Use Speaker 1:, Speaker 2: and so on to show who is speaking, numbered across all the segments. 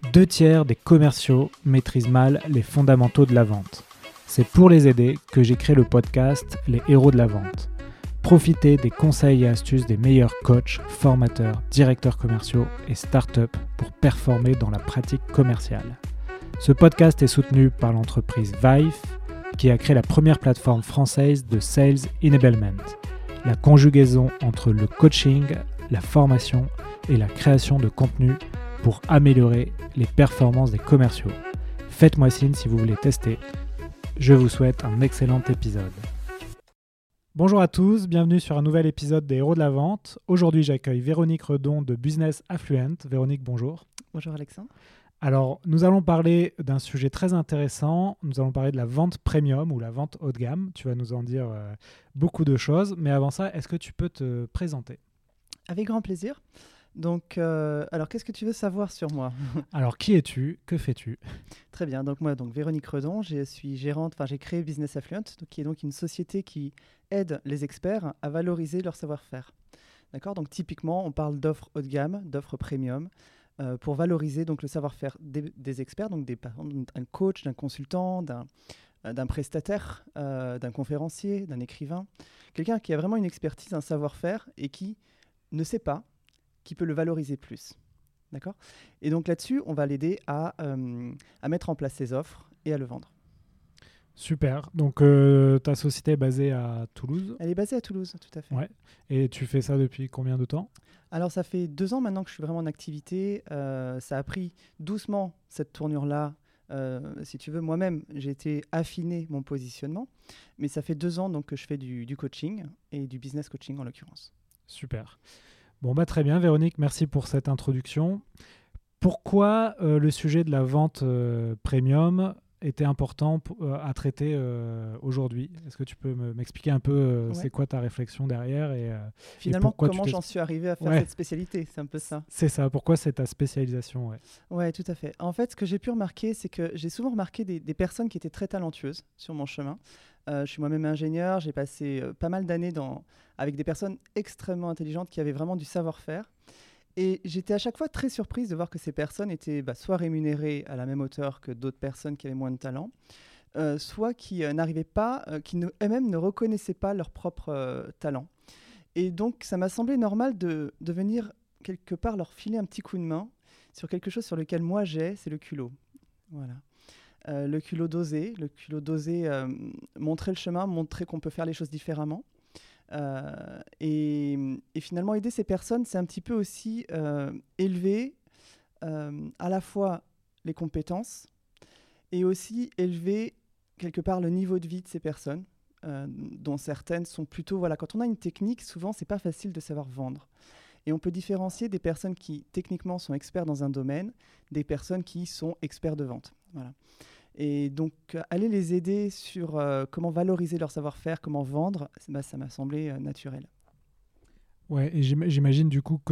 Speaker 1: 2/3 des commerciaux maîtrisent mal les fondamentaux de la vente. C'est pour les aider que j'ai créé le podcast Les Héros de la Vente. Profitez des conseils et astuces des meilleurs coachs, formateurs, directeurs commerciaux et startups pour performer dans la pratique commerciale. Ce podcast est soutenu par l'entreprise Vive, qui a créé la première plateforme française de Sales Enablement, la conjugaison entre le coaching, la formation et la création de contenu pour améliorer les performances des commerciaux. Faites-moi signe si vous voulez tester. Je vous souhaite un excellent épisode. Bonjour à tous, bienvenue sur un nouvel épisode des Héros de la Vente. Aujourd'hui, j'accueille Véronique Redon de Business Affluent. Véronique, bonjour.
Speaker 2: Bonjour Alexandre.
Speaker 1: Alors, nous allons parler d'un sujet très intéressant. Nous allons parler de la vente premium ou la vente haut de gamme. Tu vas nous en dire beaucoup de choses. Mais avant ça, est-ce que tu peux te présenter ?
Speaker 2: Avec grand plaisir. Donc, alors, qu'est-ce que tu veux savoir sur moi ?
Speaker 1: Alors, qui es-tu ? Que fais-tu ?
Speaker 2: Très bien. Donc, moi, Véronique Redon, je suis gérante, j'ai créé Business Affluent, qui est donc une société qui aide les experts à valoriser leur savoir-faire. D'accord ? Donc, typiquement, on parle d'offres haut de gamme, d'offres premium, pour valoriser donc, le savoir-faire des experts, donc par exemple, d'un coach, d'un consultant, d'un prestataire, d'un conférencier, d'un écrivain. Quelqu'un qui a vraiment une expertise, un savoir-faire et qui ne sait pas, qui peut le valoriser plus. D'accord ? Et donc là-dessus, on va l'aider à mettre en place ses offres et à le vendre.
Speaker 1: Super. Donc, ta société est basée à Toulouse ?
Speaker 2: Elle est basée à Toulouse, tout à fait.
Speaker 1: Ouais. Et tu fais ça depuis combien de temps ?
Speaker 2: Alors, ça fait 2 ans maintenant que je suis vraiment en activité. Ça a pris doucement cette tournure-là. Si tu veux, moi-même, j'ai été affiné mon positionnement. Mais ça fait 2 ans donc, que je fais du coaching et du business coaching en l'occurrence.
Speaker 1: Super. Bon, très bien, Véronique, merci pour cette introduction. Pourquoi le sujet de la vente premium était important à traiter aujourd'hui ? Est-ce que tu peux m'expliquer un peu c'est quoi ta réflexion derrière et
Speaker 2: finalement,
Speaker 1: et
Speaker 2: comment j'en suis arrivé à faire cette spécialité ? C'est un peu ça.
Speaker 1: C'est ça. Pourquoi c'est ta spécialisation ?
Speaker 2: Ouais, tout à fait. En fait, ce que j'ai pu remarquer, c'est que j'ai souvent remarqué des personnes qui étaient très talentueuses sur mon chemin. Je suis moi-même ingénieur, j'ai passé pas mal d'années avec des personnes extrêmement intelligentes qui avaient vraiment du savoir-faire. Et j'étais à chaque fois très surprise de voir que ces personnes étaient soit rémunérées à la même hauteur que d'autres personnes qui avaient moins de talent, soit qui n'arrivaient pas, elles-mêmes ne reconnaissaient pas leur propre talent. Et donc, ça m'a semblé normal de venir quelque part leur filer un petit coup de main sur quelque chose sur lequel moi c'est le culot. Voilà. Le culot d'oser, montrer le chemin, montrer qu'on peut faire les choses différemment. Et finalement, aider ces personnes, c'est un petit peu aussi élever à la fois les compétences et aussi élever quelque part le niveau de vie de ces personnes, dont certaines sont plutôt... Voilà, quand on a une technique, souvent, c'est pas facile de savoir vendre. Et on peut différencier des personnes qui, techniquement, sont experts dans un domaine, des personnes qui sont experts de vente. Voilà. Et donc, aller les aider sur comment valoriser leur savoir-faire, comment vendre, ça m'a semblé naturel.
Speaker 1: Ouais, et j'imagine du coup que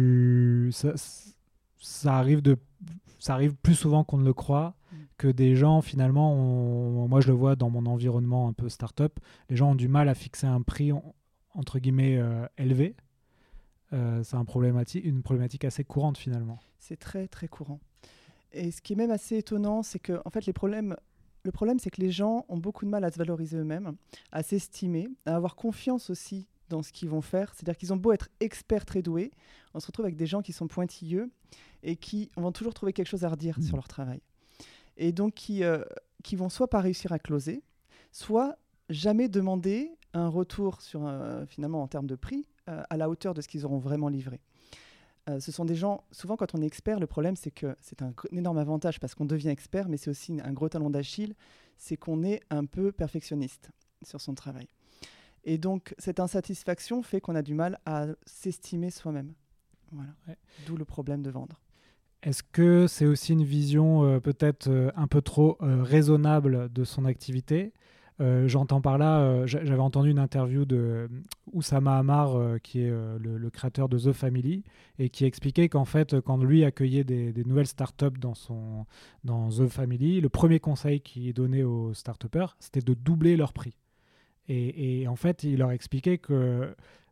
Speaker 1: ça arrive plus souvent qu'on ne le croit, que des gens, finalement, moi je le vois dans mon environnement un peu start-up, les gens ont du mal à fixer un prix, entre guillemets, élevé. C'est une problématique assez courante finalement.
Speaker 2: C'est très, très courant. Et ce qui est même assez étonnant, c'est que en fait, le problème, c'est que les gens ont beaucoup de mal à se valoriser eux-mêmes, à s'estimer, à avoir confiance aussi dans ce qu'ils vont faire. C'est-à-dire qu'ils ont beau être experts très doués, on se retrouve avec des gens qui sont pointilleux et qui vont toujours trouver quelque chose à redire sur leur travail. Et donc, qui vont soit pas réussir à closer, soit jamais demander un retour finalement en termes de prix à la hauteur de ce qu'ils auront vraiment livré. Ce sont des gens, souvent quand on est expert, le problème c'est que c'est un énorme avantage parce qu'on devient expert, mais c'est aussi un gros talon d'Achille, c'est qu'on est un peu perfectionniste sur son travail. Et donc cette insatisfaction fait qu'on a du mal à s'estimer soi-même. Voilà. Ouais. D'où le problème de vendre.
Speaker 1: Est-ce que c'est aussi une vision peut-être un peu trop raisonnable de son activité ? J'entends par là, j'avais entendu une interview de Oussama Ammar, qui est le créateur de The Family, et qui expliquait qu'en fait, quand lui accueillait des nouvelles startups dans The Family, le premier conseil qu'il donnait aux startupers, c'était de doubler leur prix. Et en fait, il leur expliquait que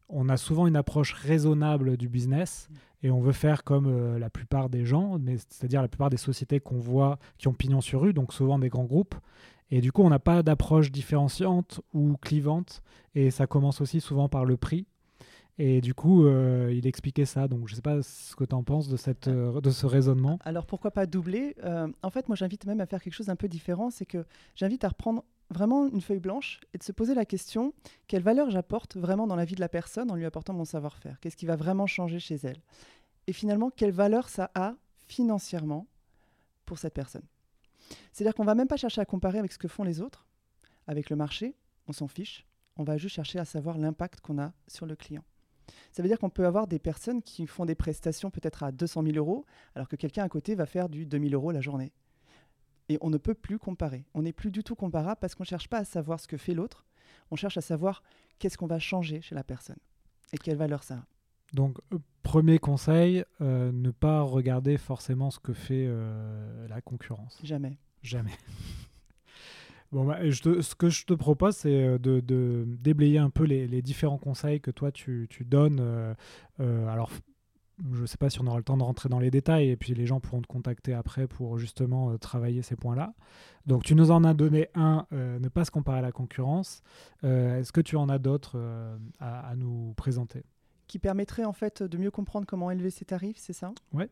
Speaker 1: on a souvent une approche raisonnable du business et on veut faire comme la plupart des gens, c'est-à-dire la plupart des sociétés qu'on voit qui ont pignon sur rue, donc souvent des grands groupes. Et du coup, on n'a pas d'approche différenciante ou clivante et ça commence aussi souvent par le prix. Et du coup, il expliquait ça. Donc, je ne sais pas ce que tu en penses de ce raisonnement.
Speaker 2: Alors, pourquoi pas doubler? En fait, moi, j'invite même à faire quelque chose d'un peu différent. C'est que j'invite à reprendre vraiment une feuille blanche et de se poser la question, quelle valeur j'apporte vraiment dans la vie de la personne en lui apportant mon savoir-faire? Qu'est-ce qui va vraiment changer chez elle? Et finalement, quelle valeur ça a financièrement pour cette personne? C'est-à-dire qu'on ne va même pas chercher à comparer avec ce que font les autres, avec le marché, on s'en fiche. On va juste chercher à savoir l'impact qu'on a sur le client. Ça veut dire qu'on peut avoir des personnes qui font des prestations peut-être à 200 000 euros, alors que quelqu'un à côté va faire du 2 000 euros la journée. Et on ne peut plus comparer. On n'est plus du tout comparable parce qu'on ne cherche pas à savoir ce que fait l'autre. On cherche à savoir qu'est-ce qu'on va changer chez la personne et quelle valeur ça a.
Speaker 1: Donc, premier conseil, ne pas regarder forcément ce que fait la concurrence.
Speaker 2: Jamais.
Speaker 1: Bon, ce que je te propose, c'est de déblayer un peu les différents conseils que toi, tu donnes. Alors, je ne sais pas si on aura le temps de rentrer dans les détails, et puis les gens pourront te contacter après pour justement travailler ces points-là. Donc, tu nous en as donné un, ne pas se comparer à la concurrence. Est-ce que tu en as d'autres à nous présenter?
Speaker 2: Qui permettrait en fait de mieux comprendre comment élever ses tarifs, c'est ça?
Speaker 1: Ouais.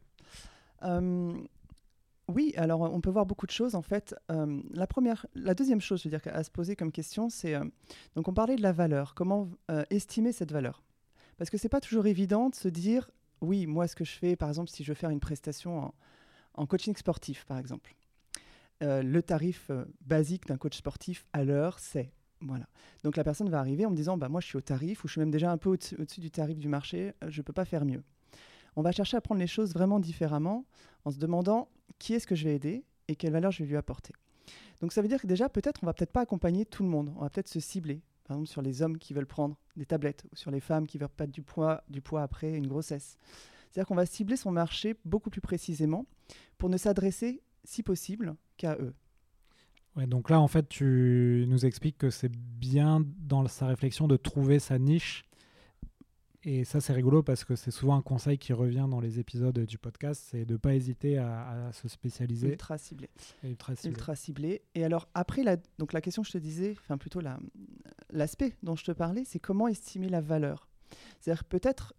Speaker 2: Oui, alors on peut voir beaucoup de choses en fait. La deuxième chose, je veux dire, à se poser comme question, c'est donc on parlait de la valeur. Comment estimer cette valeur? Parce que c'est pas toujours évident de se dire, oui, moi ce que je fais, par exemple, si je veux faire une prestation en coaching sportif, par exemple, le tarif basique d'un coach sportif à l'heure, c'est voilà. Donc la personne va arriver en me disant, bah moi je suis au tarif ou je suis même déjà un peu au-dessus du tarif du marché, je peux pas faire mieux. On va chercher à prendre les choses vraiment différemment en se demandant qui est-ce que je vais aider et quelle valeur je vais lui apporter. Donc ça veut dire que déjà, peut-être, on va peut-être pas accompagner tout le monde. On va peut-être se cibler, par exemple, sur les hommes qui veulent prendre des tablettes ou sur les femmes qui veulent perdre du poids après une grossesse. C'est-à-dire qu'on va cibler son marché beaucoup plus précisément pour ne s'adresser, si possible, qu'à eux.
Speaker 1: Ouais, donc là, en fait, tu nous expliques que c'est bien dans sa réflexion de trouver sa niche. Et ça, c'est rigolo parce que c'est souvent un conseil qui revient dans les épisodes du podcast, c'est de ne pas hésiter à se spécialiser.
Speaker 2: Ultra ciblé. Et alors, après, donc la question que je te disais, enfin plutôt l'aspect dont je te parlais, c'est comment estimer la valeur. C'est-à-dire peut-être,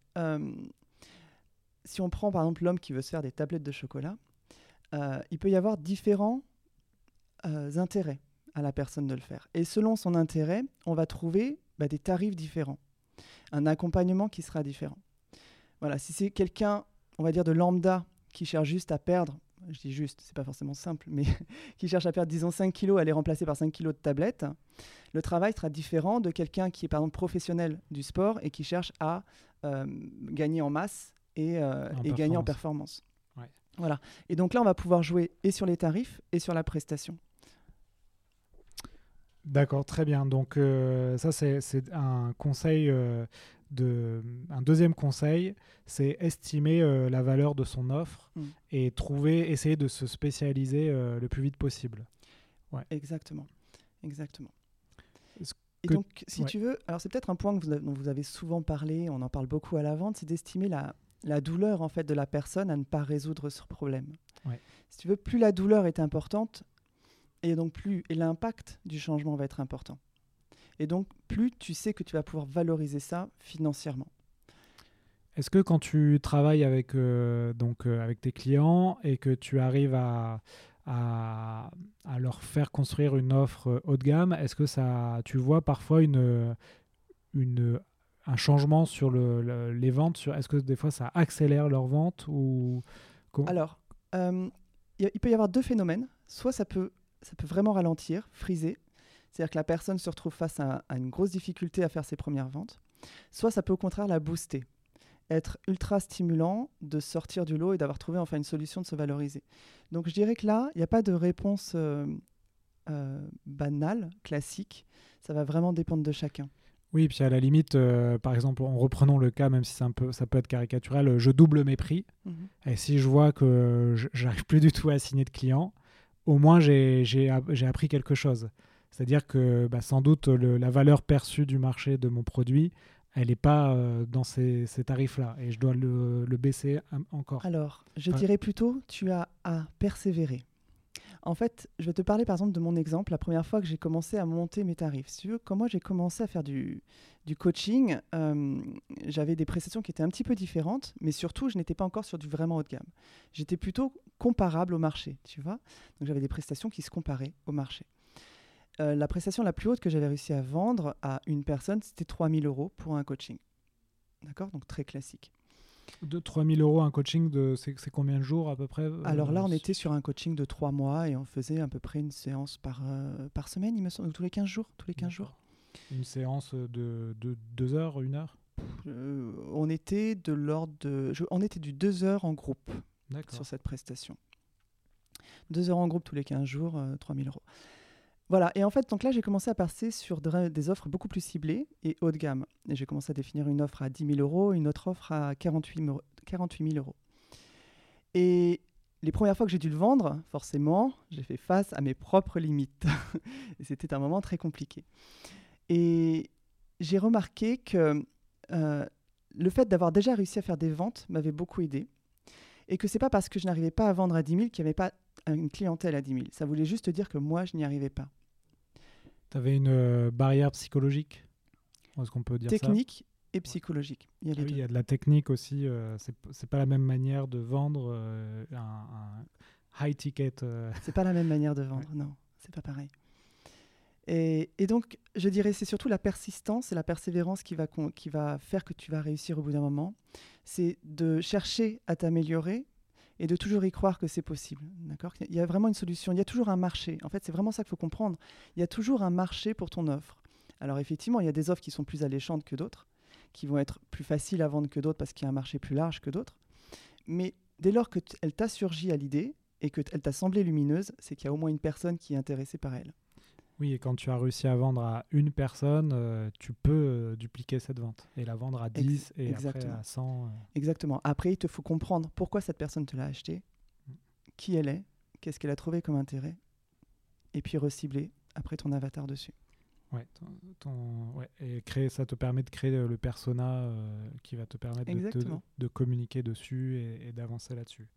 Speaker 2: si on prend par exemple l'homme qui veut se faire des tablettes de chocolat, il peut y avoir différents intérêts à la personne de le faire. Et selon son intérêt, on va trouver des tarifs différents. Un accompagnement qui sera différent. Voilà, si c'est quelqu'un, on va dire de lambda, qui cherche juste à perdre, je dis juste, c'est pas forcément simple, mais qui cherche à perdre, disons, 5 kilos, à les remplacer par 5 kilos de tablettes, le travail sera différent de quelqu'un qui est, par exemple, professionnel du sport et qui cherche à gagner en masse et gagner en performance.
Speaker 1: Ouais.
Speaker 2: Voilà. Et donc là, on va pouvoir jouer et sur les tarifs et sur la prestation.
Speaker 1: D'accord, très bien. Donc ça, c'est un conseil, un deuxième conseil, c'est estimer la valeur de son offre et essayer de se spécialiser le plus vite possible. Ouais.
Speaker 2: Exactement. Et donc, si tu veux, alors c'est peut-être un point dont vous avez souvent parlé, on en parle beaucoup à la vente, c'est d'estimer la douleur en fait de la personne à ne pas résoudre ce problème.
Speaker 1: Ouais.
Speaker 2: Si tu veux, plus la douleur est importante, et donc et l'impact du changement va être important. Et donc, plus tu sais que tu vas pouvoir valoriser ça financièrement.
Speaker 1: Est-ce que quand tu travailles avec tes clients et que tu arrives à leur faire construire une offre haut de gamme, est-ce que tu vois parfois un changement sur les ventes est-ce que des fois ça accélère leurs ventes ou...
Speaker 2: Alors, il peut y avoir deux phénomènes. Soit ça peut vraiment ralentir, friser. C'est-à-dire que la personne se retrouve face à une grosse difficulté à faire ses premières ventes. Soit ça peut au contraire la booster, être ultra stimulant de sortir du lot et d'avoir trouvé enfin une solution de se valoriser. Donc je dirais que là, il n'y a pas de réponse banale, classique. Ça va vraiment dépendre de chacun.
Speaker 1: Oui, puis à la limite, par exemple, en reprenant le cas, même si ça peut être caricatural, je double mes prix. Et si je vois que j'arrive plus du tout à signer de clients, au moins j'ai appris quelque chose. C'est-à-dire que sans doute la valeur perçue du marché de mon produit, elle n'est pas dans ces tarifs-là et je dois le baisser encore.
Speaker 2: Alors, je dirais plutôt, tu as à persévérer. En fait, je vais te parler par exemple de mon exemple, la première fois que j'ai commencé à monter mes tarifs. Si tu veux, quand moi j'ai commencé à faire du coaching, j'avais des prestations qui étaient un petit peu différentes, mais surtout, je n'étais pas encore sur du vraiment haut de gamme. J'étais plutôt comparable au marché, tu vois. Donc j'avais des prestations qui se comparaient au marché. La prestation la plus haute que j'avais réussi à vendre à une personne, c'était 3 000 € pour un coaching. D'accord ? Donc très classique.
Speaker 1: De 3 000 € un coaching, c'est combien de jours à peu près
Speaker 2: Alors là, on était sur un coaching de 3 mois et on faisait à peu près une séance par semaine, il me semble, tous les 15 jours.
Speaker 1: Une séance de 2 heures, 1 heure
Speaker 2: On était de l'ordre de... on était du 2 heures en groupe sur cette prestation. 2 heures en groupe tous les 15 jours, 3 000 €. Voilà, et en fait, donc là, j'ai commencé à passer sur des offres beaucoup plus ciblées et haut de gamme. Et j'ai commencé à définir une offre à 10 000 €, une autre offre à 48 000 €. Et les premières fois que j'ai dû le vendre, forcément, j'ai fait face à mes propres limites. Et c'était un moment très compliqué. Et j'ai remarqué que le fait d'avoir déjà réussi à faire des ventes m'avait beaucoup aidé. Et que ce n'est pas parce que je n'arrivais pas à vendre à 10 000 qu'il n'y avait pas une clientèle à 10 000. Ça voulait juste dire que moi, je n'y arrivais pas.
Speaker 1: Tu avais une barrière psychologique ? Est-ce qu'on peut dire
Speaker 2: technique et psychologique. Il y a les deux.
Speaker 1: Il y a de la technique aussi. C'est pas la même manière de vendre un high ticket.
Speaker 2: C'est pas la même manière de vendre, non. C'est pas pareil. Et donc, je dirais, c'est surtout la persistance et la persévérance qui va faire que tu vas réussir au bout d'un moment. C'est de chercher à t'améliorer et de toujours y croire que c'est possible. D'accord ? Il y a vraiment une solution. Il y a toujours un marché. En fait, c'est vraiment ça qu'il faut comprendre. Il y a toujours un marché pour ton offre. Alors, effectivement, il y a des offres qui sont plus alléchantes que d'autres, qui vont être plus faciles à vendre que d'autres parce qu'il y a un marché plus large que d'autres. Mais dès lors qu'elle t'a surgi à l'idée et qu'elle t'a semblé lumineuse, c'est qu'il y a au moins une personne qui est intéressée par elle.
Speaker 1: Oui, et quand tu as réussi à vendre à une personne, tu peux dupliquer cette vente et la vendre à 10 et après à 100.
Speaker 2: Exactement. Après, il te faut comprendre pourquoi cette personne te l'a acheté, qui elle est, qu'est-ce qu'elle a trouvé comme intérêt, et puis recibler après ton avatar dessus.
Speaker 1: Ouais, et ça te permet de créer le persona qui va te permettre de communiquer dessus et d'avancer là-dessus.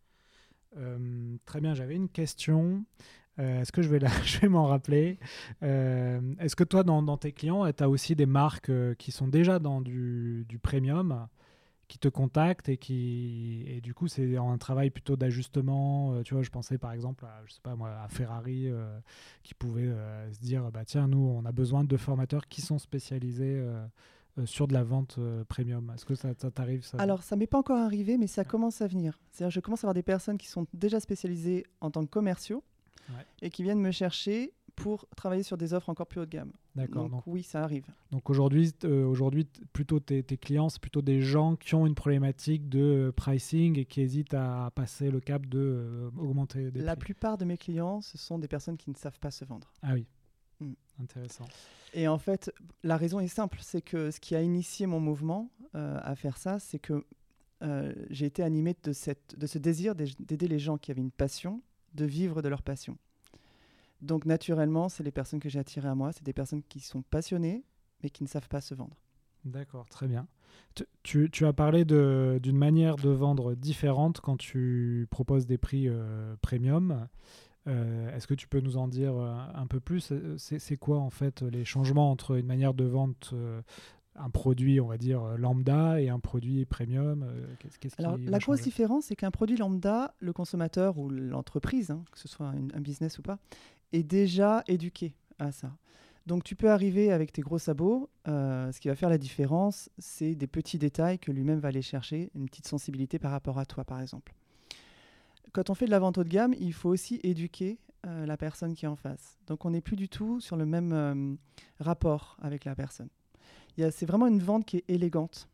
Speaker 1: Très bien, j'avais une question. Est-ce que je vais m'en rappeler. Est-ce que toi, dans tes clients, tu as aussi des marques qui sont déjà dans du premium, qui te contactent et du coup, c'est un travail plutôt d'ajustement. Tu vois, je pensais par exemple à, je sais pas moi, à Ferrari qui pouvait se dire, bah tiens, nous, on a besoin de formateurs qui sont spécialisés sur de la vente premium. Est-ce que ça t'arrive ça ?
Speaker 2: Alors, ça ne m'est pas encore arrivé, mais ça commence à venir. C'est-à-dire, je commence à avoir des personnes qui sont déjà spécialisées en tant que commerciaux et qui viennent me chercher pour travailler sur des offres encore plus haut de gamme.
Speaker 1: D'accord.
Speaker 2: Donc oui, ça arrive.
Speaker 1: Donc aujourd'hui plutôt tes clients, c'est plutôt des gens qui ont une problématique de pricing et qui hésitent à passer le cap de augmenter des prix.
Speaker 2: La plupart de mes clients, ce sont des personnes qui ne savent pas se vendre.
Speaker 1: Ah oui. Intéressant.
Speaker 2: Et en fait, la raison est simple, c'est que ce qui a initié mon mouvement à faire ça, c'est que j'ai été animé de ce désir d'aider les gens qui avaient une passion, de vivre de leur passion. Donc naturellement, c'est les personnes que j'ai attirées à moi, c'est des personnes qui sont passionnées, mais qui ne savent pas se vendre.
Speaker 1: D'accord, très bien. Tu as parlé d'une manière de vendre différente quand tu proposes des prix premium. Est-ce que tu peux nous en dire un peu plus ? C'est quoi en fait les changements entre une manière de vente, un produit on va dire lambda et un produit premium ?
Speaker 2: Alors la grosse différence, c'est qu'un produit lambda, le consommateur ou l'entreprise, que ce soit un business ou pas, est déjà éduqué à ça. Donc tu peux arriver avec tes gros sabots, ce qui va faire la différence, c'est des petits détails que lui-même va aller chercher, une petite sensibilité par rapport à toi par exemple. Quand on fait de la vente haut de gamme, il faut aussi éduquer la personne qui est en face. Donc on n'est plus du tout sur le même rapport avec la personne. C'est vraiment une vente qui est élégante.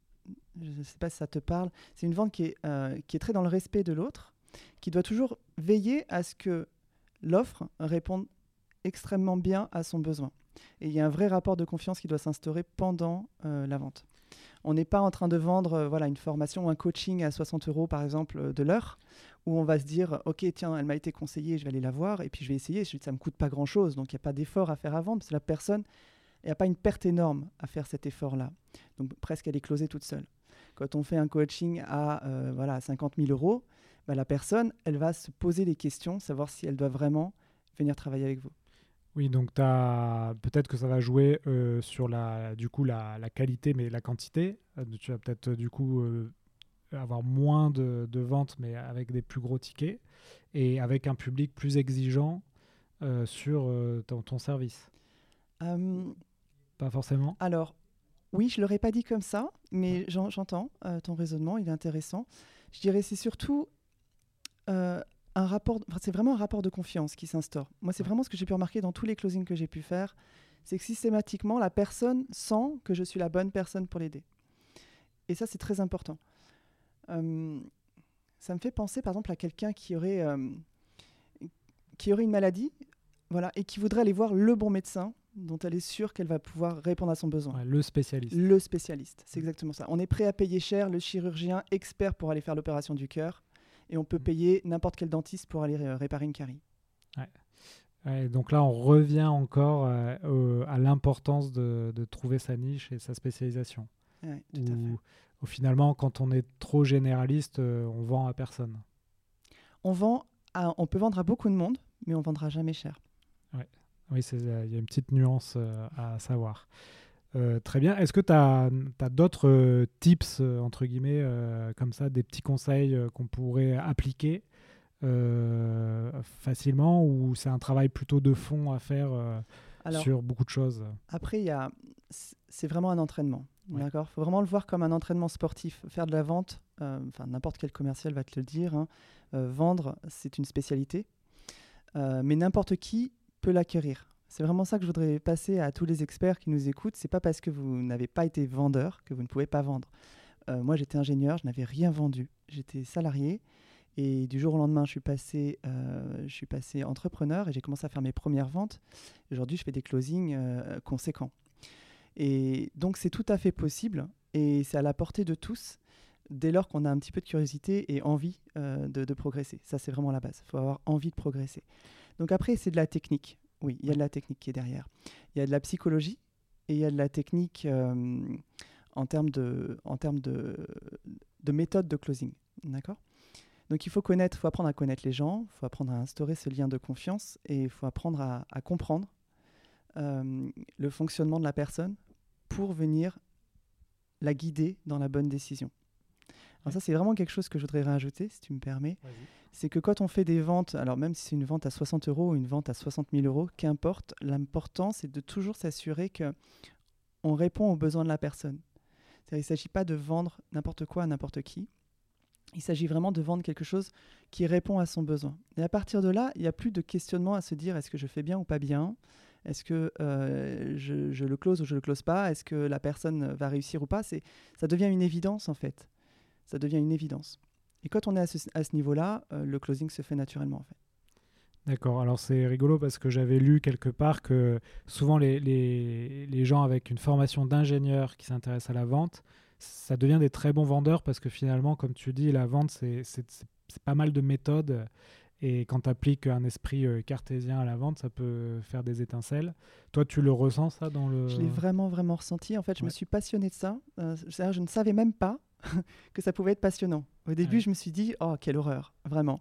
Speaker 2: Je ne sais pas si ça te parle. C'est une vente qui est très dans le respect de l'autre, qui doit toujours veiller à ce que l'offre réponde extrêmement bien à son besoin. Et il y a un vrai rapport de confiance qui doit s'instaurer pendant la vente. On n'est pas en train de vendre une formation ou un coaching à 60 € par exemple de l'heure, où on va se dire ok tiens elle m'a été conseillée, je vais aller la voir et puis je vais essayer, ça me coûte pas grand chose, donc il n'y a pas d'effort à faire à vendre parce que la personne il n'y a pas une perte énorme à faire cet effort-là. Donc presque elle est closée toute seule. Quand on fait un coaching à 50 000 euros, la personne, elle va se poser les questions, savoir si elle doit vraiment venir travailler avec vous.
Speaker 1: Oui, donc peut-être que ça va jouer sur la qualité, mais la quantité. Tu vas peut-être du coup avoir moins de ventes, mais avec des plus gros tickets et avec un public plus exigeant sur ton service. Pas forcément.
Speaker 2: Alors, oui, je ne l'aurais pas dit comme ça, mais j'entends ton raisonnement, il est intéressant. Je dirais c'est surtout c'est vraiment un rapport de confiance qui s'instaure. Moi, c'est vraiment ce que j'ai pu remarquer dans tous les closings que j'ai pu faire, c'est que systématiquement, la personne sent que je suis la bonne personne pour l'aider. Et ça, c'est très important. Ça me fait penser, par exemple, à quelqu'un qui aurait une maladie, voilà, et qui voudrait aller voir le bon médecin dont elle est sûre qu'elle va pouvoir répondre à son besoin.
Speaker 1: Ouais, le spécialiste.
Speaker 2: Le spécialiste, c'est exactement ça. On est prêt à payer cher le chirurgien expert pour aller faire l'opération du cœur, et on peut payer n'importe quel dentiste pour aller réparer une carie.
Speaker 1: Ouais, donc là, on revient encore à l'importance de trouver sa niche et sa spécialisation.
Speaker 2: Ouais, tout à fait.
Speaker 1: Ou finalement, quand on est trop généraliste, on vend à personne.
Speaker 2: On peut vendre à beaucoup de monde, mais on ne vendra jamais cher.
Speaker 1: Ouais. Oui, il y a une petite nuance à savoir. Très bien. Est-ce que tu as d'autres tips, entre guillemets, comme ça, des petits conseils qu'on pourrait appliquer facilement, ou c'est un travail plutôt de fond à faire sur beaucoup de choses?
Speaker 2: Après, c'est vraiment un entraînement. Ouais. D'accord. Il faut vraiment le voir comme un entraînement sportif. Faire de la vente, n'importe quel commercial va te le dire, hein, vendre, c'est une spécialité, mais n'importe qui peut l'acquérir. C'est vraiment ça que je voudrais passer à tous les experts qui nous écoutent. C'est pas parce que vous n'avez pas été vendeur que vous ne pouvez pas vendre. Moi, j'étais ingénieur, je n'avais rien vendu. J'étais salarié et du jour au lendemain, je suis passé entrepreneur et j'ai commencé à faire mes premières ventes. Aujourd'hui, je fais des closings conséquents. Et donc, c'est tout à fait possible et c'est à la portée de tous dès lors qu'on a un petit peu de curiosité et envie de progresser. Ça, c'est vraiment la base. Il faut avoir envie de progresser. Donc après, c'est de la technique. Oui, il y a de la technique qui est derrière. Il y a de la psychologie et il y a de la technique en termes de méthode de closing. D'accord ? Donc il faut apprendre à connaître les gens, il faut apprendre à instaurer ce lien de confiance et il faut apprendre à comprendre le fonctionnement de la personne pour venir la guider dans la bonne décision. Alors ça, c'est vraiment quelque chose que je voudrais rajouter, si tu me permets.
Speaker 1: Vas-y.
Speaker 2: C'est que quand on fait des ventes, alors même si c'est une vente à 60 € ou une vente à 60 000 €, qu'importe, l'important, c'est de toujours s'assurer qu'on répond aux besoins de la personne. C'est-à-dire, il ne s'agit pas de vendre n'importe quoi à n'importe qui. Il s'agit vraiment de vendre quelque chose qui répond à son besoin. Et à partir de là, il n'y a plus de questionnement à se dire est-ce que je fais bien ou pas bien ? Est-ce que je le close ou je ne le close pas ? Est-ce que la personne va réussir ou pas ? Ça devient une évidence en fait. Ça devient une évidence. Et quand on est à ce niveau-là, le closing se fait naturellement en fait.
Speaker 1: D'accord, alors c'est rigolo parce que j'avais lu quelque part que souvent les gens avec une formation d'ingénieur qui s'intéressent à la vente, ça devient des très bons vendeurs parce que finalement, comme tu dis, la vente, c'est pas mal de méthodes et quand tu appliques un esprit cartésien à la vente, ça peut faire des étincelles. Toi, tu le ressens ça dans le...
Speaker 2: Je l'ai vraiment, vraiment ressenti. En fait, je me suis passionné de ça. Je ne savais même pas que ça pouvait être passionnant. Au début, je me suis dit, oh, quelle horreur, vraiment.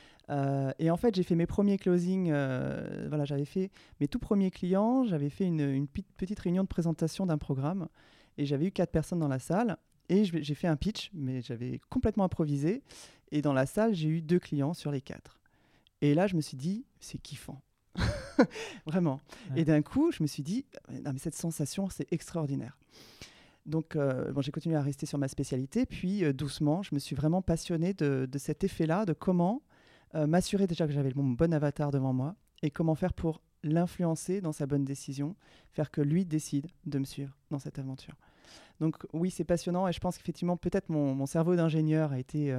Speaker 2: Et en fait, j'ai fait mes premiers closings. J'avais fait mes tout premiers clients. J'avais fait une petite réunion de présentation d'un programme. Et j'avais eu 4 personnes dans la salle. Et j'ai fait un pitch, mais j'avais complètement improvisé. Et dans la salle, j'ai eu 2 clients sur les 4. Et là, je me suis dit, c'est kiffant. Vraiment. Ouais. Et d'un coup, je me suis dit, non, mais cette sensation, c'est extraordinaire. Donc, j'ai continué à rester sur ma spécialité. Puis, doucement, je me suis vraiment passionné de cet effet-là, de comment m'assurer déjà que j'avais mon bon avatar devant moi et comment faire pour l'influencer dans sa bonne décision, faire que lui décide de me suivre dans cette aventure. Donc, oui, c'est passionnant et je pense qu'effectivement, peut-être mon cerveau d'ingénieur a été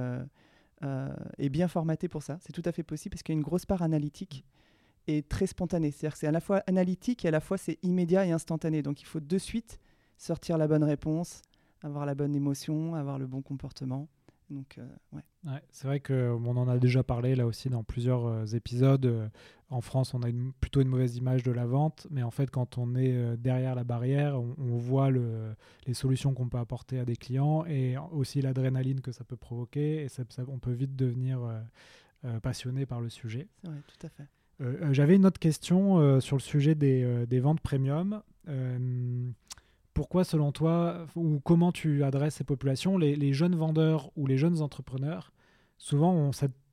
Speaker 2: est bien formaté pour ça. C'est tout à fait possible parce qu'il y a une grosse part analytique et très spontanée. C'est-à-dire que c'est à la fois analytique et à la fois c'est immédiat et instantané. Donc, il faut de suite sortir la bonne réponse, avoir la bonne émotion, avoir le bon comportement. Donc, ouais.
Speaker 1: Ouais, c'est vrai qu'on en a déjà parlé là aussi dans plusieurs épisodes. En France, on a plutôt une mauvaise image de la vente, mais en fait, quand on est derrière la barrière, on voit les solutions qu'on peut apporter à des clients et aussi l'adrénaline que ça peut provoquer. Et on peut vite devenir passionné par le sujet.
Speaker 2: C'est vrai, tout à fait.
Speaker 1: J'avais une autre question sur le sujet des ventes premium. Pourquoi, selon toi, ou comment tu adresses ces populations, les jeunes vendeurs ou les jeunes entrepreneurs, souvent ont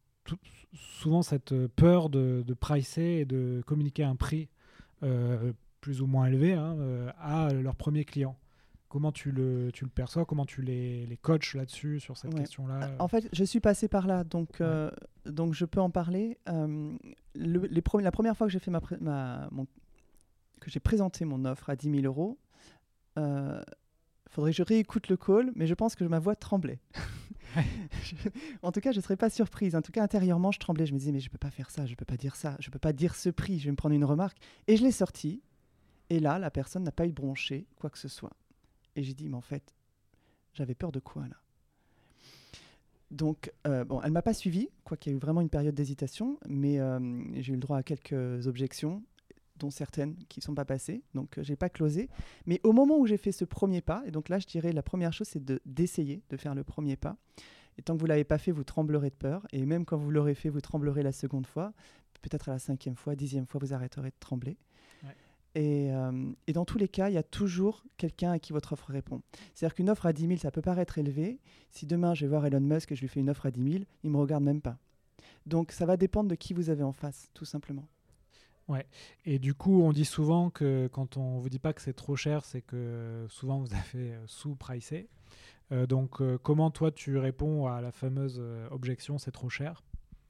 Speaker 1: cette peur de pricer et de communiquer un prix plus ou moins élevé à leurs premiers clients. Comment tu le perçois? Comment tu les coaches là-dessus, sur cette question-là?
Speaker 2: En fait, je suis passé par là, donc je peux en parler. La première fois que j'ai fait que j'ai présenté mon offre à 10 000 euros, faudrait que je réécoute le call, mais je pense que ma voix tremblait. En tout cas, je ne serais pas surprise. En tout cas, intérieurement, je tremblais. Je me disais, mais je ne peux pas faire ça, je ne peux pas dire ça, je ne peux pas dire ce prix, je vais me prendre une remarque. Et je l'ai sorti. Et là, la personne n'a pas eu de broncher, quoi que ce soit. Et j'ai dit, mais en fait, j'avais peur de quoi là? Donc, elle ne m'a pas suivi, quoi qu'il y ait eu vraiment une période d'hésitation, mais j'ai eu le droit à quelques objections, dont certaines qui ne sont pas passées, donc je n'ai pas closé. Mais au moment où j'ai fait ce premier pas, et donc là, je dirais la première chose, c'est d'essayer de faire le premier pas. Et tant que vous ne l'avez pas fait, vous tremblerez de peur. Et même quand vous l'aurez fait, vous tremblerez la seconde fois. Peut-être à la 5e fois, 10e fois, vous arrêterez de trembler. Ouais. Et dans tous les cas, il y a toujours quelqu'un à qui votre offre répond. C'est-à-dire qu'une offre à 10 000, ça peut paraître élevé. Si demain, je vais voir Elon Musk et je lui fais une offre à 10 000, il ne me regarde même pas. Donc, ça va dépendre de qui vous avez en face, tout simplement.
Speaker 1: Ouais. Et du coup, on dit souvent que quand on vous dit pas que c'est trop cher, c'est que souvent vous avez sous-pricé. Donc, comment toi tu réponds à la fameuse objection, c'est trop cher?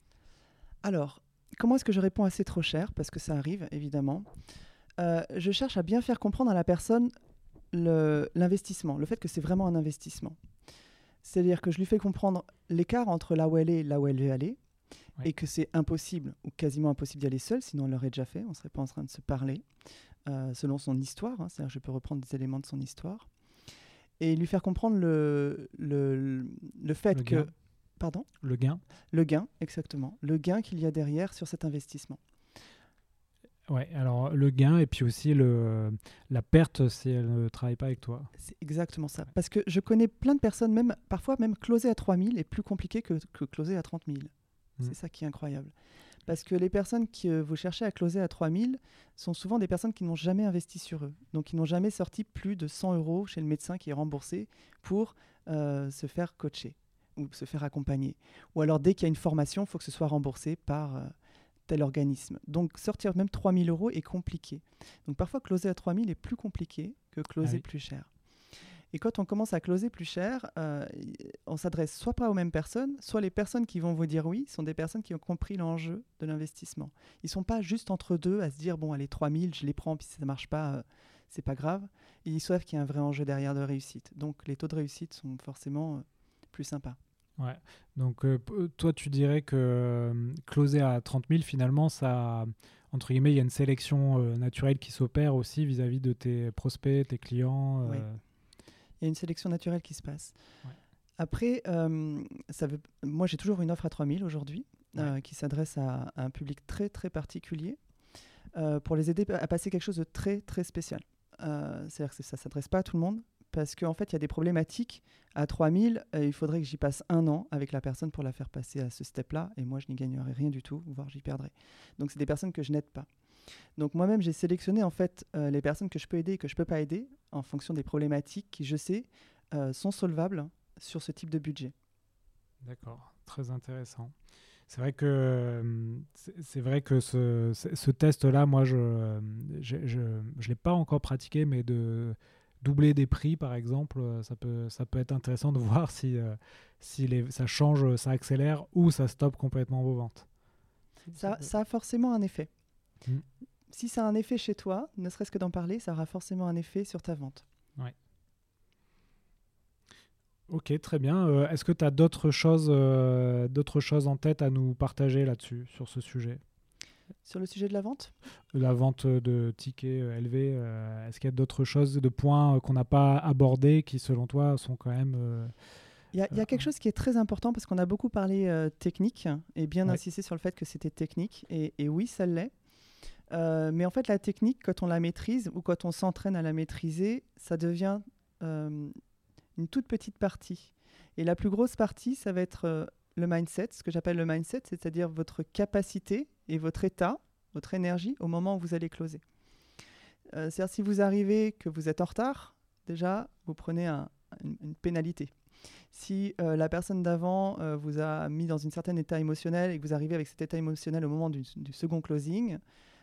Speaker 2: Alors, comment est-ce que je réponds à c'est trop cher? Parce que ça arrive, évidemment. Je cherche à bien faire comprendre à la personne l'investissement, le fait que c'est vraiment un investissement. C'est-à-dire que je lui fais comprendre l'écart entre là où elle est et là où elle veut aller, oui. Et que c'est impossible ou quasiment impossible d'y aller seule, sinon elle l'aurait déjà fait, on ne serait pas en train de se parler, selon son histoire, c'est-à-dire que je peux reprendre des éléments de son histoire, et lui faire comprendre le fait que... Pardon ?
Speaker 1: Le gain.
Speaker 2: Le gain, exactement. Le gain qu'il y a derrière sur cet investissement.
Speaker 1: Ouais, alors le gain et puis aussi la perte si elle ne travaille pas avec toi.
Speaker 2: C'est exactement ça. Parce que je connais plein de personnes, parfois même closer à 3 000 est plus compliqué que closer à 30 000. C'est ça qui est incroyable. Parce que les personnes que vous cherchez à closer à 3 000 sont souvent des personnes qui n'ont jamais investi sur eux. Donc, ils n'ont jamais sorti plus de 100 € chez le médecin qui est remboursé pour se faire coacher ou se faire accompagner. Ou alors, dès qu'il y a une formation, il faut que ce soit remboursé par tel organisme. Donc, sortir même 3 000 € est compliqué. Donc, parfois, closer à 3 000 est plus compliqué que closer plus cher. Et quand on commence à closer plus cher, on s'adresse soit pas aux mêmes personnes, soit les personnes qui vont vous dire oui sont des personnes qui ont compris l'enjeu de l'investissement. Ils ne sont pas juste entre deux à se dire bon allez 3 000, je les prends, puis si ça ne marche pas, c'est pas grave. Ils savent qu'il y a un vrai enjeu derrière de réussite. Donc les taux de réussite sont forcément plus sympas.
Speaker 1: Ouais. Donc toi tu dirais que closer à 30 000 finalement ça, entre guillemets, il y a une sélection naturelle qui s'opère aussi vis-à-vis de tes prospects, tes clients.
Speaker 2: Oui. Il y a une sélection naturelle qui se passe. Ouais. Après, moi, j'ai toujours une offre à 3 000 aujourd'hui qui s'adresse à un public très, très particulier pour les aider à passer quelque chose de très, très spécial. C'est-à-dire que ça ne s'adresse pas à tout le monde parce qu'en fait, il y a des problématiques. À 3 000, il faudrait que j'y passe 1 an avec la personne pour la faire passer à ce step-là et moi, je n'y gagnerais rien du tout, voire j'y perdrais. Donc, c'est des personnes que je n'aide pas. Donc moi-même, j'ai sélectionné en fait les personnes que je peux aider et que je ne peux pas aider en fonction des problématiques qui, je sais, sont solvables sur ce type de budget.
Speaker 1: D'accord, très intéressant. C'est vrai que ce test-là, moi, je l'ai pas encore pratiqué, mais de doubler des prix, par exemple, ça peut être intéressant de voir si ça change, ça accélère ou ça stoppe complètement vos ventes.
Speaker 2: Ça a forcément un effet. Si ça a un effet chez toi, ne serait-ce que d'en parler, ça aura forcément un effet sur ta vente.
Speaker 1: Ouais. Ok, très bien. Est-ce que tu as d'autres choses en tête à nous partager là-dessus, sur ce sujet?
Speaker 2: Sur le sujet de la vente?
Speaker 1: La vente de tickets élevés, est-ce qu'il y a d'autres choses, de points qu'on n'a pas abordés qui, selon toi, sont quand même
Speaker 2: Il y a quelque chose qui est très important parce qu'on a beaucoup parlé technique et bien insisté sur le fait que c'était technique. Et oui, ça l'est. Mais en fait, la technique, quand on la maîtrise ou quand on s'entraîne à la maîtriser, ça devient une toute petite partie. Et la plus grosse partie, ça va être le mindset, ce que j'appelle le mindset, c'est-à-dire votre capacité et votre état, votre énergie au moment où vous allez closer. C'est-à-dire si vous arrivez que vous êtes en retard, déjà, vous prenez une pénalité. Si la personne d'avant vous a mis dans un certain état émotionnel et que vous arrivez avec cet état émotionnel au moment du second closing,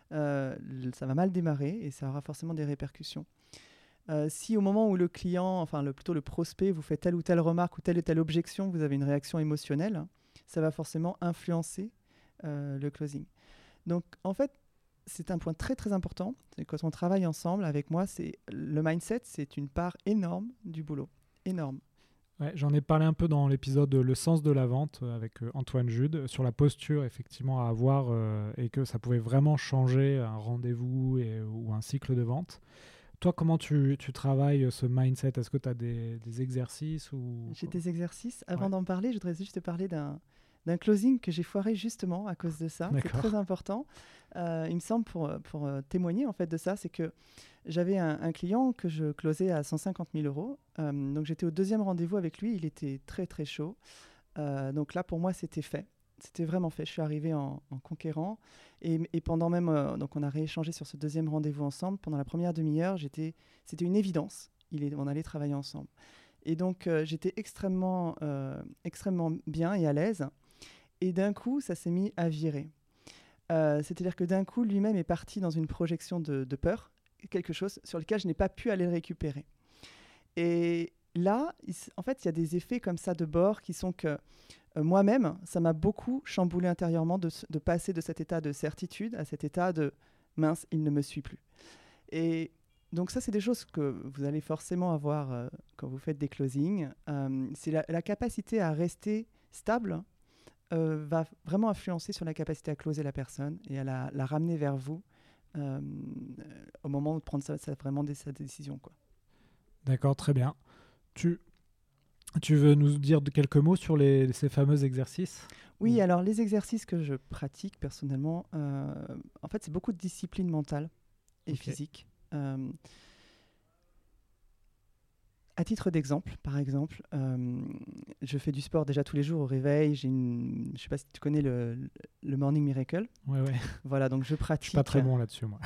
Speaker 2: ça va mal démarrer et ça aura forcément des répercussions. Si au moment où le client, plutôt le prospect, vous fait telle ou telle remarque ou telle objection, vous avez une réaction émotionnelle, ça va forcément influencer le closing. Donc en fait, c'est un point très très important. Quand on travaille ensemble avec moi, le mindset, c'est une part énorme du boulot. Énorme.
Speaker 1: Ouais, j'en ai parlé un peu dans l'épisode Le sens de la vente avec Antoine Jude sur la posture effectivement à avoir et que ça pouvait vraiment changer un rendez-vous ou un cycle de vente. Toi, comment tu travailles ce mindset ? Est-ce que tu as des exercices ou...
Speaker 2: J'ai des exercices. Avant d'en parler, je voudrais juste te parler d'un closing que j'ai foiré justement à cause de ça.
Speaker 1: D'accord.
Speaker 2: C'est très important. Il me semble, pour témoigner en fait de ça, c'est que j'avais un client que je closais à 150 000 euros. Donc j'étais au deuxième rendez-vous avec lui. Il était très très chaud. Donc là, pour moi, c'était fait. C'était vraiment fait. Je suis arrivé en conquérant. Et pendant même... donc on a rééchangé sur ce deuxième rendez-vous ensemble. Pendant la première demi-heure, c'était une évidence. On allait travailler ensemble. Et donc j'étais extrêmement bien et à l'aise. Et d'un coup, ça s'est mis à virer. C'est-à-dire que d'un coup, lui-même est parti dans une projection de peur, quelque chose sur lequel je n'ai pas pu aller le récupérer. Et là, en fait, il y a des effets comme ça de bord qui sont que moi-même, ça m'a beaucoup chamboulé intérieurement de passer de cet état de certitude à cet état de « mince, il ne me suit plus ». Et donc ça, c'est des choses que vous allez forcément avoir quand vous faites des closings. C'est la capacité à rester stable va vraiment influencer sur la capacité à closer la personne et à la ramener vers vous au moment de prendre vraiment sa décision, quoi.
Speaker 1: D'accord, très bien. Tu veux nous dire quelques mots sur ces fameux exercices ?
Speaker 2: Oui, alors les exercices que je pratique personnellement, en fait, c'est beaucoup de discipline mentale et physique. À titre d'exemple, par exemple, je fais du sport déjà tous les jours au réveil. Je ne sais pas si tu connais le Morning Miracle.
Speaker 1: Ouais.
Speaker 2: Voilà, donc je pratique.
Speaker 1: Je suis pas très bon là-dessus, moi.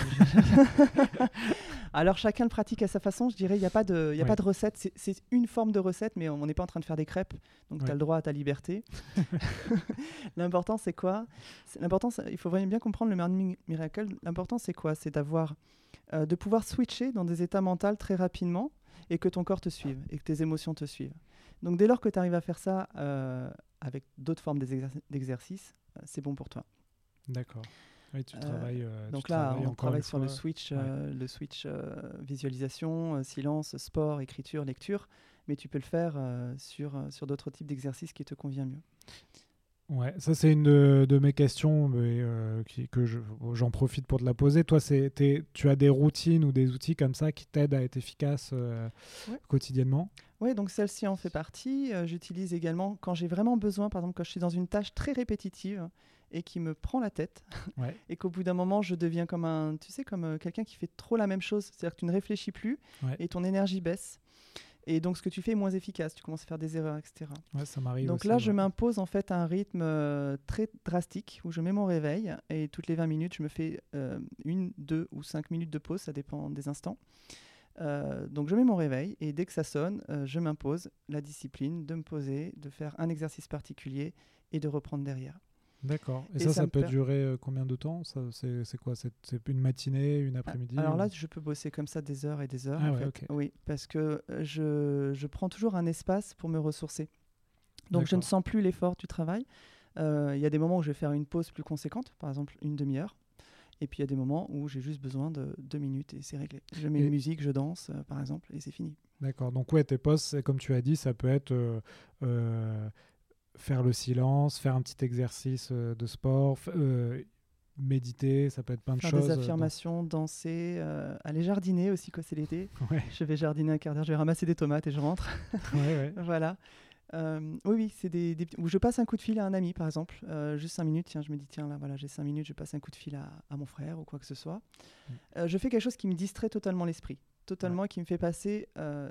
Speaker 2: Alors chacun le pratique à sa façon. Je dirais, il n'y a pas de recette. C'est une forme de recette, mais on n'est pas en train de faire des crêpes. Donc tu as le droit à ta liberté. L'important, c'est quoi ? Il faut vraiment bien comprendre le Morning Miracle. L'important, c'est quoi ? C'est de pouvoir switcher dans des états mentaux très rapidement et que ton corps te suive et que tes émotions te suivent. Donc dès lors que tu arrives à faire ça avec d'autres formes d'exercices, c'est bon pour toi.
Speaker 1: D'accord. Oui, tu travailles.
Speaker 2: Donc là, on travaille sur le switch visualisation, silence, sport, écriture, lecture, mais tu peux le faire sur d'autres types d'exercices qui te conviennent mieux.
Speaker 1: Ouais, ça c'est une de mes questions que j'en profite pour te la poser. Toi, tu as des routines ou des outils comme ça qui t'aident à être efficace quotidiennement ?
Speaker 2: Oui, donc celle-ci en fait partie. J'utilise également quand j'ai vraiment besoin, par exemple quand je suis dans une tâche très répétitive et qui me prend la tête et qu'au bout d'un moment je deviens comme quelqu'un qui fait trop la même chose. C'est-à-dire que tu ne réfléchis plus et ton énergie baisse. Et donc, ce que tu fais est moins efficace. Tu commences à faire des erreurs, etc.
Speaker 1: Ouais, ça m'arrive
Speaker 2: donc
Speaker 1: aussi,
Speaker 2: là, je m'impose en fait un rythme très drastique où je mets mon réveil et toutes les 20 minutes, je me fais 1, 2 ou 5 minutes de pause. Ça dépend des instants. Donc, je mets mon réveil et dès que ça sonne, je m'impose la discipline de me poser, de faire un exercice particulier et de reprendre derrière.
Speaker 1: D'accord. Et ça peut durer combien de temps ? C'est quoi ? C'est une matinée, une après-midi ?
Speaker 2: Alors là, je peux bosser comme ça des heures et des heures.
Speaker 1: Ah ouais, ok.
Speaker 2: Oui, parce que je prends toujours un espace pour me ressourcer. Donc, je ne sens plus l'effort du travail. Il y a des moments où je vais faire une pause plus conséquente, par exemple une demi-heure. Et puis, il y a des moments où j'ai juste besoin de 2 minutes et c'est réglé. Je mets une musique, je danse, par exemple, et c'est fini. D'accord.
Speaker 1: Donc, tes pauses, comme tu as dit, ça peut être... faire le silence, faire un petit exercice de sport, méditer, ça peut être plein de choses.
Speaker 2: Faire des affirmations, danser, aller jardiner aussi quand c'est l'été. Ouais. Je vais jardiner un quart d'heure, je vais ramasser des tomates et je rentre. Voilà. Oui, c'est où je passe un coup de fil à un ami, par exemple, juste 5 minutes. Tiens, je me dis, tiens, là, voilà, j'ai 5 minutes, je passe un coup de fil à mon frère ou quoi que ce soit. Je fais quelque chose qui me distrait totalement l'esprit, totalement, qui me fait passer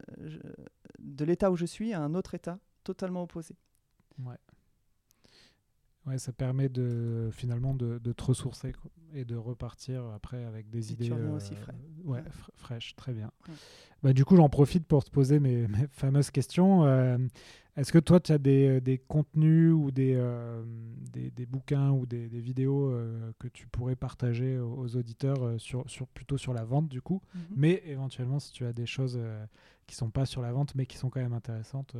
Speaker 2: de l'état où je suis à un autre état totalement opposé.
Speaker 1: Ouais. Ouais, ça permet finalement de te ressourcer et de repartir après avec des idées
Speaker 2: tu reviens aussi frais.
Speaker 1: Fraîches. Très bien.
Speaker 2: Ouais.
Speaker 1: Bah, du coup, j'en profite pour te poser mes fameuses questions. Est-ce que toi, tu as des contenus ou des bouquins ou des vidéos que tu pourrais partager aux auditeurs plutôt sur la vente, du coup, mais éventuellement, si tu as des choses qui ne sont pas sur la vente, mais qui sont quand même intéressantes,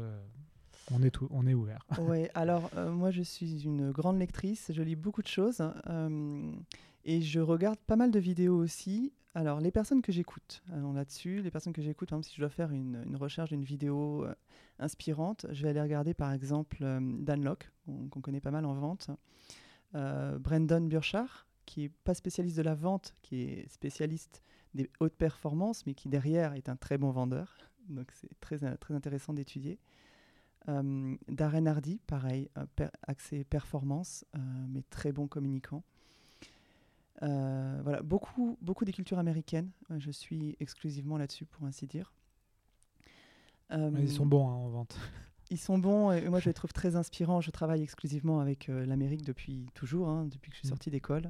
Speaker 1: on est ouvert.
Speaker 2: Oui, alors moi je suis une grande lectrice, je lis beaucoup de choses et je regarde pas mal de vidéos aussi. Alors les personnes que j'écoute, là-dessus, les personnes que j'écoute, par exemple si je dois faire une recherche d'une vidéo inspirante, je vais aller regarder par exemple Dan Lok, qu'on connaît pas mal en vente, Brendon Burchard, qui n'est pas spécialiste de la vente, qui est spécialiste des hautes performances, mais qui derrière est un très bon vendeur. Donc c'est très, très intéressant d'étudier. Darren Hardy, pareil, axé performance, mais très bon communicant. Voilà, beaucoup des cultures américaines. Je suis exclusivement là-dessus, pour ainsi dire.
Speaker 1: Ils sont bons en vente.
Speaker 2: Ils sont bons et moi je les trouve très inspirants. Je travaille exclusivement avec l'Amérique depuis toujours, depuis que je suis sorti d'école.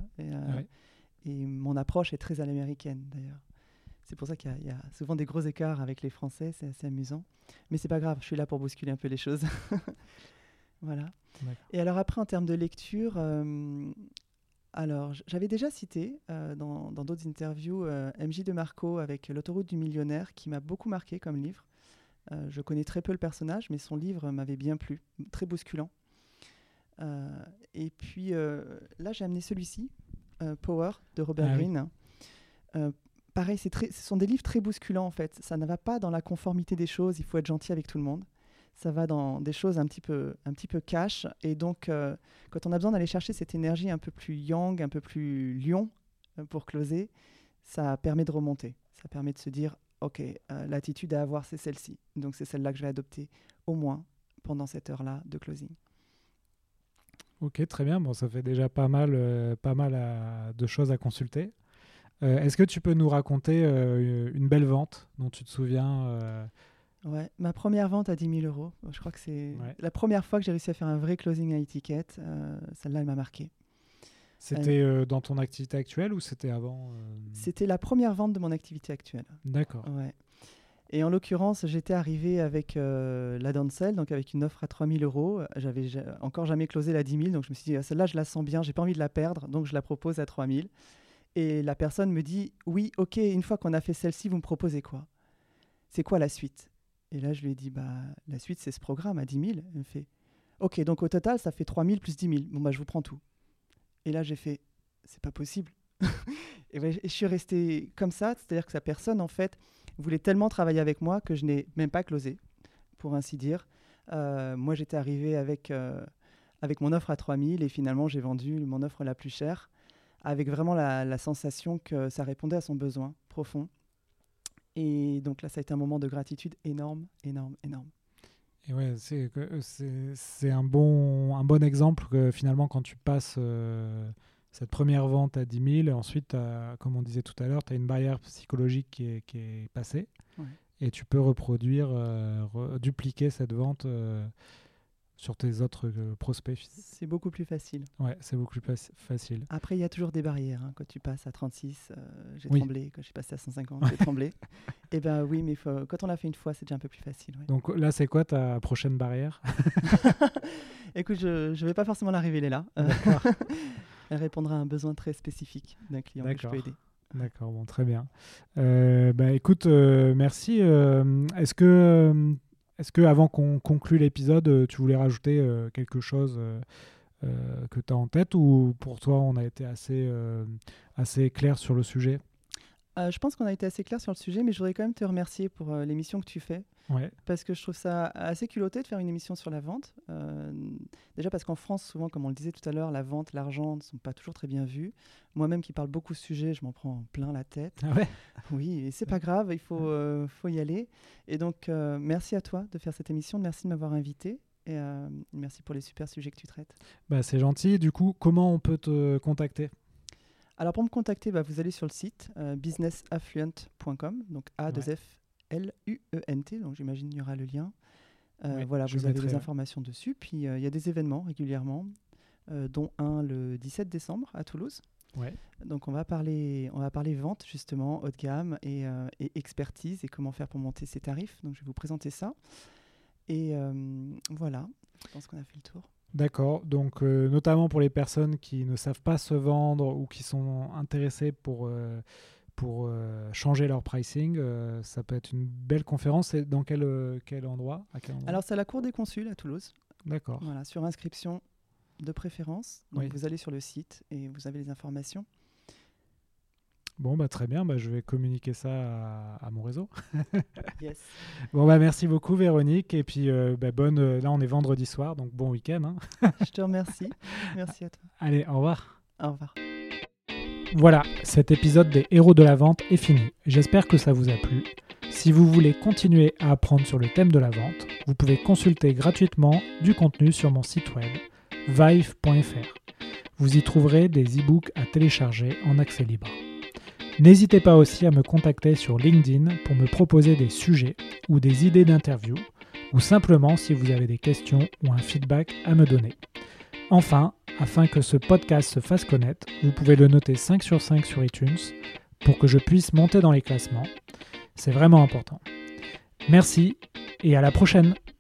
Speaker 2: Et mon approche est très à l'américaine d'ailleurs. C'est pour ça qu'il y a souvent des gros écarts avec les Français, c'est assez amusant. Mais c'est pas grave, je suis là pour bousculer un peu les choses. Voilà.
Speaker 1: D'accord.
Speaker 2: Et alors après, en termes de lecture, alors j'avais déjà cité dans d'autres interviews MJ DeMarco avec L'autoroute du millionnaire, qui m'a beaucoup marqué comme livre. Je connais très peu le personnage, mais son livre m'avait bien plu, très bousculant. Et puis là, j'ai amené celui-ci, Power, de Robert Greene. Pareil, ce sont des livres très bousculants en fait. Ça ne va pas dans la conformité des choses, il faut être gentil avec tout le monde. Ça va dans des choses un petit peu cash. Et donc, quand on a besoin d'aller chercher cette énergie un peu plus yang, un peu plus lion pour closer, ça permet de remonter. Ça permet de se dire, ok, l'attitude à avoir, c'est celle-ci. Donc, c'est celle-là que je vais adopter au moins pendant cette heure-là de closing.
Speaker 1: Ok, très bien. Bon, ça fait déjà pas mal de choses à consulter. Est-ce que tu peux nous raconter une belle vente dont tu te souviens
Speaker 2: Ouais, ma première vente à 10 000 €. Je crois que c'est la première fois que j'ai réussi à faire un vrai closing à étiquette. Celle-là, elle m'a marqué.
Speaker 1: C'était dans ton activité actuelle ou c'était avant
Speaker 2: C'était la première vente de mon activité actuelle.
Speaker 1: D'accord.
Speaker 2: Ouais. Et en l'occurrence, j'étais arrivé avec la downsell, donc avec une offre à 3 000 €. J'avais encore jamais closé la 10 000, donc je me suis dit, celle-là, je la sens bien, j'ai pas envie de la perdre, donc je la propose à 3 000. Et la personne me dit, oui, ok, une fois qu'on a fait celle-ci, vous me proposez quoi? C'est quoi la suite? Et là, je lui ai dit, la suite, c'est ce programme à 10 000. Elle me fait, ok, donc au total, ça fait 3 000 plus 10 000. Bon, je vous prends tout. Et là, j'ai fait, c'est pas possible. Et je suis resté comme ça, c'est-à-dire que sa personne, en fait, voulait tellement travailler avec moi que je n'ai même pas closé, pour ainsi dire. Moi, j'étais arrivé avec mon offre à 3 000 et finalement, j'ai vendu mon offre la plus chère, avec vraiment la sensation que ça répondait à son besoin profond. Et donc là, ça a été un moment de gratitude énorme, énorme, énorme.
Speaker 1: Et ouais, c'est un bon exemple que finalement, quand tu passes cette première vente à 10 000, ensuite, comme on disait tout à l'heure, tu as une barrière psychologique qui est passée. Ouais. Et tu peux reproduire, dupliquer cette vente sur tes autres prospects.
Speaker 2: C'est beaucoup plus facile.
Speaker 1: Ouais, c'est beaucoup plus facile.
Speaker 2: Après, il y a toujours des barrières. Quand tu passes à 36, j'ai tremblé. Quand je suis passé à 150, j'ai tremblé. Et oui, mais quand on l'a fait une fois, c'est déjà un peu plus facile. Ouais.
Speaker 1: Donc là, c'est quoi ta prochaine barrière?
Speaker 2: Écoute, je ne vais pas forcément la révéler là. Elle répondra à un besoin très spécifique d'un client que je peux aider.
Speaker 1: D'accord, bon, très bien. Écoute, merci. Est-ce que avant qu'on conclue l'épisode, tu voulais rajouter quelque chose que tu as en tête, ou pour toi on a été assez clair sur le sujet?
Speaker 2: Je pense qu'on a été assez clair sur le sujet, mais je voudrais quand même te remercier pour l'émission que tu fais.
Speaker 1: Ouais.
Speaker 2: Parce que je trouve ça assez culotté de faire une émission sur la vente. Déjà parce qu'en France, souvent, comme on le disait tout à l'heure, la vente, l'argent ne sont pas toujours très bien vus. Moi-même qui parle beaucoup de sujets, je m'en prends plein la tête.
Speaker 1: Ah ouais.
Speaker 2: Oui, et c'est pas grave, il faut y aller. Et donc, merci à toi de faire cette émission, merci de m'avoir invité. Et merci pour les super sujets que tu traites.
Speaker 1: C'est gentil. Du coup, comment on peut te contacter ?
Speaker 2: Alors pour me contacter, vous allez sur le site businessaffluent.com, donc A2FLUENT, donc j'imagine qu'il y aura le lien. Voilà, vous avez des informations dessus. Puis il y a des événements régulièrement, dont un le 17 décembre à Toulouse.
Speaker 1: Ouais.
Speaker 2: Donc on va parler vente justement, haut de gamme et expertise et comment faire pour monter ses tarifs. Donc je vais vous présenter ça. Et voilà, je pense qu'on a fait le tour.
Speaker 1: D'accord, donc notamment pour les personnes qui ne savent pas se vendre ou qui sont intéressées pour changer leur pricing, ça peut être une belle conférence. C'est dans quel endroit, à quel endroit ?
Speaker 2: Alors c'est à la Cour des Consuls à Toulouse.
Speaker 1: D'accord.
Speaker 2: Voilà, sur inscription de préférence. Donc vous allez sur le site et vous avez les informations.
Speaker 1: Bon, très bien, je vais communiquer ça à mon réseau.
Speaker 2: Yes.
Speaker 1: Bon, merci beaucoup Véronique. Et puis, là on est vendredi soir, donc bon week-end. Hein.
Speaker 2: Je te remercie. Merci à toi.
Speaker 1: Allez, au revoir.
Speaker 2: Au revoir.
Speaker 1: Voilà, cet épisode des Héros de la Vente est fini. J'espère que ça vous a plu. Si vous voulez continuer à apprendre sur le thème de la vente, vous pouvez consulter gratuitement du contenu sur mon site web, vive.fr. Vous y trouverez des e-books à télécharger en accès libre. N'hésitez pas aussi à me contacter sur LinkedIn pour me proposer des sujets ou des idées d'interview, ou simplement si vous avez des questions ou un feedback à me donner. Enfin, afin que ce podcast se fasse connaître, vous pouvez le noter 5 sur 5 sur iTunes pour que je puisse monter dans les classements. C'est vraiment important. Merci et à la prochaine!